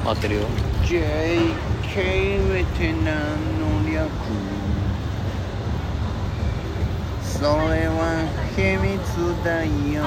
合ってるよ。 JK って何の略？それは秘密だよ。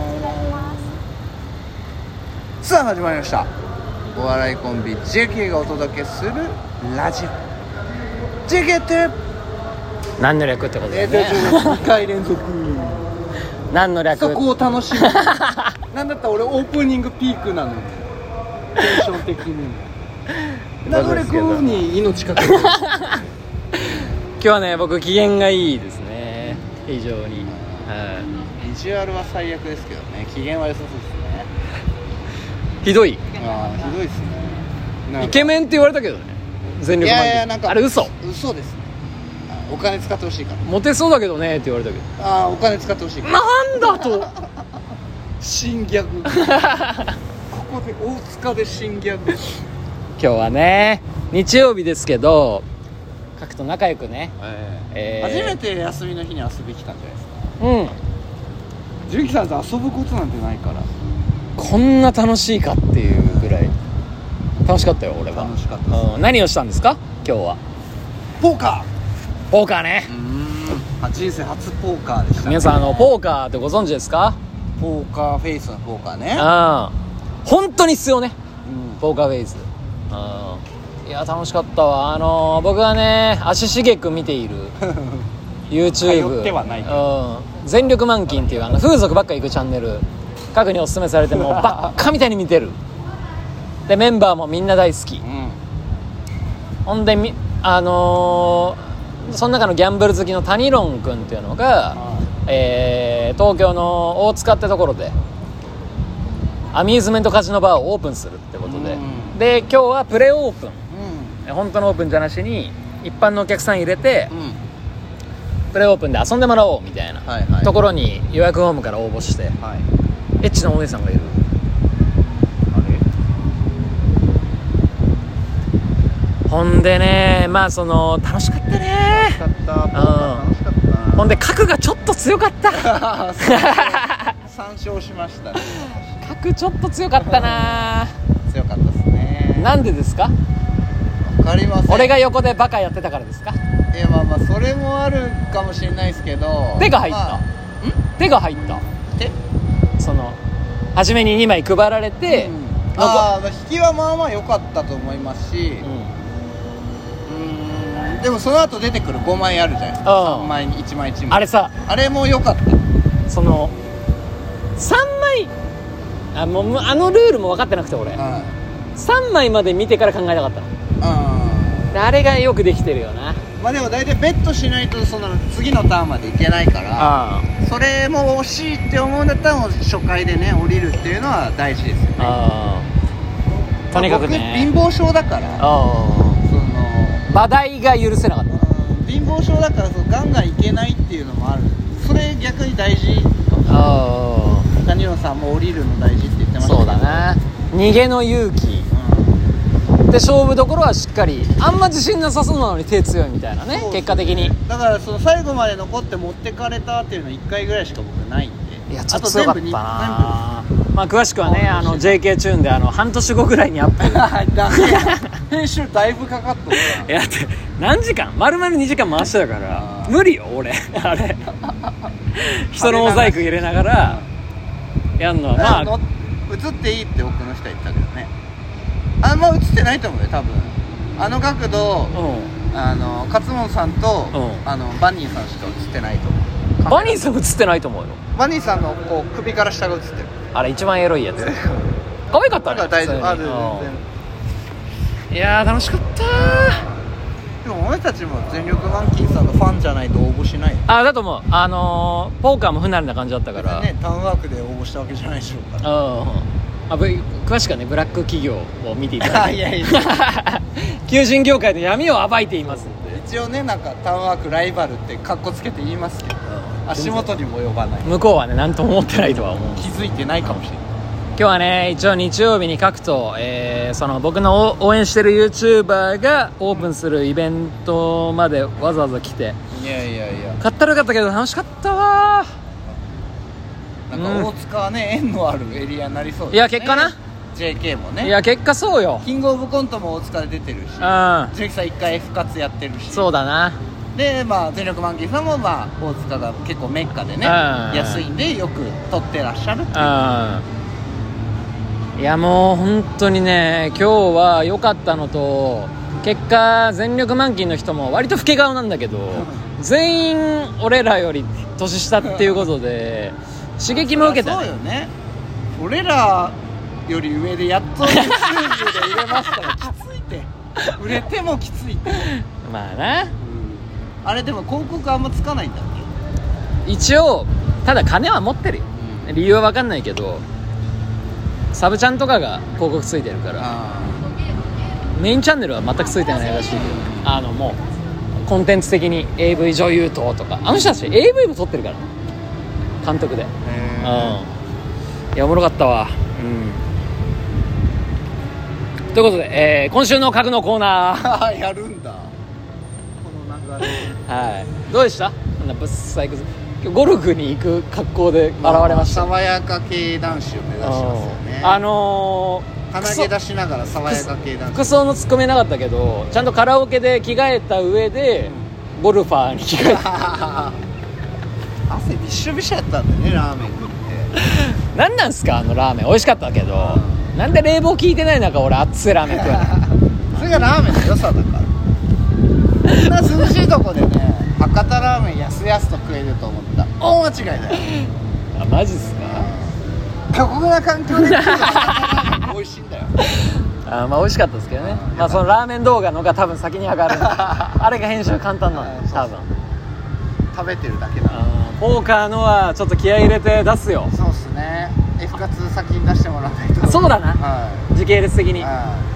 さあ始まりました。お笑いコンビ JK がお届けするラジオ JK って何の略ってことだよね。 2回連続何の略？ そこを楽しむなんだったら俺オープニングピークなのにテンション的に流れ込むに命かけてる今日はね、僕機嫌がいいですね、非常に。 ビジュアルは最悪ですけどね、機嫌は良さそうですね。 ひどい。 ああ、ひどいですね。 イケメンって言われたけどね、全力マンいやいや、なんかあれ嘘ですね。お金使ってほしいから。 モテそうだけどねって言われたけど、 ああ、お金使ってほしいから。 なんだと新ギャグここで大塚で新ギャグ。 今日はね、日曜日ですけど、書くと仲良くね、 初めて休みの日に遊び来たんじゃないですか。 うん、 純喜さんと遊ぶことなんてないから。 こんな楽しいかっていうぐらい楽しかったよ、俺は。 楽しかったです、 何をしたんですか今日は？ ポーカポーカーね。 ー。人生初ポーカーでした、ね。 皆さんポーカーってご存知ですか？ ポーカーフェイスのポーカーね。 本当に必要ね、 うん、 ポーカーフェイス。いや楽しかったわ。僕はね、足しげく見ているYouTube 通ってはないけど、 全力満勤っていう風俗ばっか行くチャンネル、各におすすめされてもばっかみたいに見てる。でメンバーもみんな大好き。ほんでその中のギャンブル好きのタニロン君っていうのが、東京の大塚ってところでアミューズメントカジノバーをオープンするってことで、で今日はプレオープン、本当のオープンじゃなしに一般のお客さん入れて、プレオープンで遊んでもらおうみたいな、ところに予約フォームから応募して、エッチなお姉さんがいる。ほんでね、楽しかったね。 楽しかった。 ほんで角がちょっと強かった参照しましたね。 角ちょっと強かったな。 強かったですね。 なんでですか？ わかりません。 俺が横でバカやってたからですか？ いや、まあそれもあるかもしれないですけど、 手が入った、手が入った。 手初めに2枚配られて、 引きはまあまあ良かったと思いますし、でもその後出てくる5枚あるじゃないですか。3枚1枚1枚、 あれさ、 あれも良かった。 3枚もうあのルールも分かってなくて、俺、3枚まで見てから考えたかったの。であれがよくできてるよな。 まあでも大体ベットしないとその次のターンまでいけないから、それも惜しいって思うんだったらもう初回でね降りるっていうのは大事ですよね。 とにかくね、 僕貧乏症だから話題が許せなかった。 貧乏症だからガンガンいけないっていうのもある。それ逆に大事。谷野さんも降りるの大事って言ってましたけど。 そうだな、逃げの勇気、で勝負どころはしっかり、あんま自信なさそうなのに手強いみたいなね、結果的に。だからその最後まで残って持ってかれたっていうのは1回ぐらいしか僕ないんで。 いやちょっと強かったな。詳しくはね、JK チューンで半年後ぐらいにアップだ編集だいぶかかっとる。 いやだって何時間丸々2時間回してたから無理よ俺あれ人のモザイク入れながらやんのは映っていいって奥の人は言ったけどね。あんま映ってないと思うよ多分。あの角度、勝門さんと、バニーさんしか映ってないと思う。 バニーさん映ってないと思うよ。 バニーさんのこう首から下が映ってる。 あれ一番エロいやつ可愛かったね。 大丈夫。 いや楽しかった。 でも俺たちも全力マンキーさんのファンじゃないと応募しないよ。 だと思う。ポーカーも不慣れな感じだったからね、タウンワークで応募したわけじゃないでしょうから。 詳しくはね、ブラック企業を見ていただいていや求人業界の闇を暴いていますんで。 一応ね、なんかタウンワークライバルってカッコつけて言いますけど、足元にも及ばない。 向こうはね何とも思ってないとは思う。 気づいてないかもしれない。 今日はね、一応日曜日に書くと、その僕の応援してる YouTuber がオープンするイベントまでわざわざ来て、 いや買ったらよかったけど楽しかったわ。 なんか大塚はね、縁のあるエリアになりそうですね。 いや結果な、 JK もね。 いや結果そうよ。 キングオブコントも大塚で出てるし、 うん、 純喜さん1回 F 活やってるし、 そうだな。 でまあ全力マンキーさんもまあ大塚が結構メッカでね、安いんでよく撮ってらっしゃるっていう。 いやもう本当にね、今日は良かったのと、結果全力マンキーの人も割と老け顔なんだけど全員俺らより年下っていうことで刺激も受けたね。 そうよね、俺らより上でやっと YouTube で入れましたらきついって売れてもきついってまあな、 あれでも広告あんまつかないんだっけ。一応ただ金は持ってるよ、理由は分かんないけどサブチャンとかが広告ついてるから、メインチャンネルは全くついてないらしいけど、もうコンテンツ的に AV 女優とか、あの人たち AV も撮ってるから監督で。いやおもろかったわ。ということで、今週の家具のコーナーやるんだこの流れ。 はい、どうでした？ぶっさいくず今日ゴルフに行く格好で現れました。 爽やか系男子を目指してますよね。鼻毛出しながら爽やか系男子。 服装のツッコミなかったけどちゃんとカラオケで着替えた上で、ゴルファーに着替えた汗びっしょびしょやったんだよね、ラーメン食って何なんすかあのラーメン美味しかったけど、なんで冷房効いてない中俺熱いラーメン食うのそれがラーメンの良さだからこんな涼しいとこでね博多ラーメン安々と食えると思った。大間違いだよあ、マジっすか。 過酷な環境で食うの博多ラーメン美味しいんだよまあ美味しかったですけどね。まあそのラーメン動画のが多分先に上がるあれが編集簡単なの多分食べてるだけだ。 ポーカーのはちょっと気合い入れて出すよ。 そうっすね、F 活先に出してもらわないと。 そうだな、時系列的に。い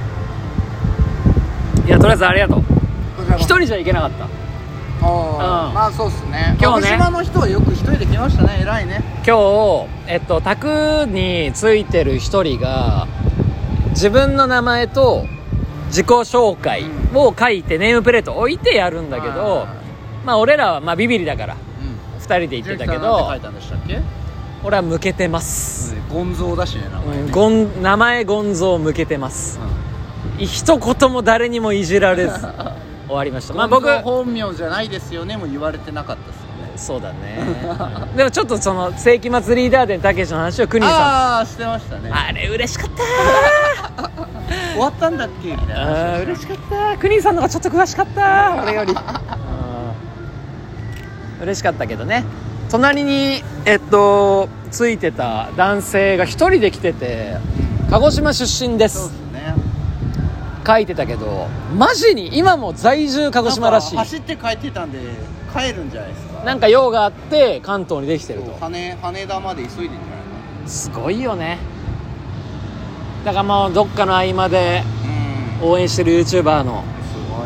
やとりあえずありがとう。一人じゃ行けなかった。 まあそうっすね。 今日ね、 鹿児島の人はよく一人で来ましたね。偉いね。 今日宅についてる一人が自分の名前と自己紹介を書いてネームプレート置いてやるんだけど、まあ俺らはまあビビりだから2人で行ってたけど、 書いたんでしたっけ？ 俺は向けてます。 ゴンゾーだしね、名前ね。 名前ゴンゾー向けてます。一言も誰にもいじられず終わりました。まあ僕本名じゃないですよねも言われてなかったですよね。 そうだねでもちょっとその世紀末リーダー伝たけしの話を国さんしてましたね。 あれ嬉しかった終わったんだっけみたいな。 嬉しかった。国さんの方がちょっと詳しかった俺より嬉しかったけどね。隣についてた男性が一人で来てて、鹿児島出身です。 そうですね。 書いてたけどマジに今も在住鹿児島らしい。 走って帰ってたんで帰るんじゃないですか。 なんか用があって関東にできてると。 羽田まで急いでんじゃないかな。 すごいよね。だからもうどっかの合間で応援してる YouTuber のすごい、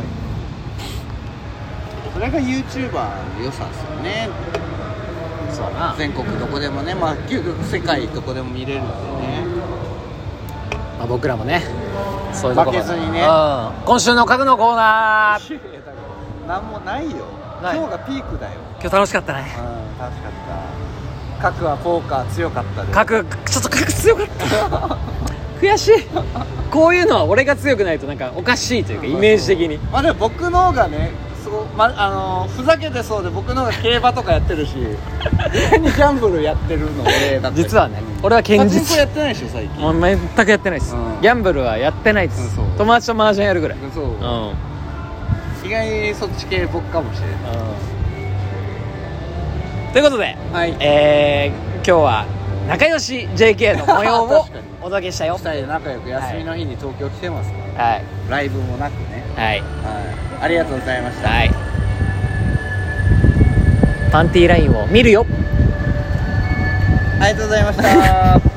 それが YouTuber の良さですよね。 そうな、 全国どこでもね、まあ究極世界どこでも見れるんでね、 まあ、僕らもねそういうとこ負けずにね、 今週の家具のコーナーなんもないよ。今日がピークだよ。 今日楽しかったね。 楽しかった。角はポーカー強かったで。 角ちょっと角強かった悔しいこういうのは俺が強くないとなんかおかしいというかイメージ的に。 まあでも僕の方がねふざけてそうで僕の方が競馬とかやってるしギャンブルやってるの俺だった。 実はね俺は堅実。 パチンコやってないでしょ最近。 もう全くやってないです、ギャンブルはやってないです、友達と麻雀やるぐらい。 そう、意外にそっち系僕かもしれない、 ということで、今日は仲良し JK の模様をお届けしたよ。 2人で仲良く休みの日に東京来てますから、はい、ライブもなくね、はい、ありがとうございました、はい、 パンティーラインを見るよ。 ありがとうございました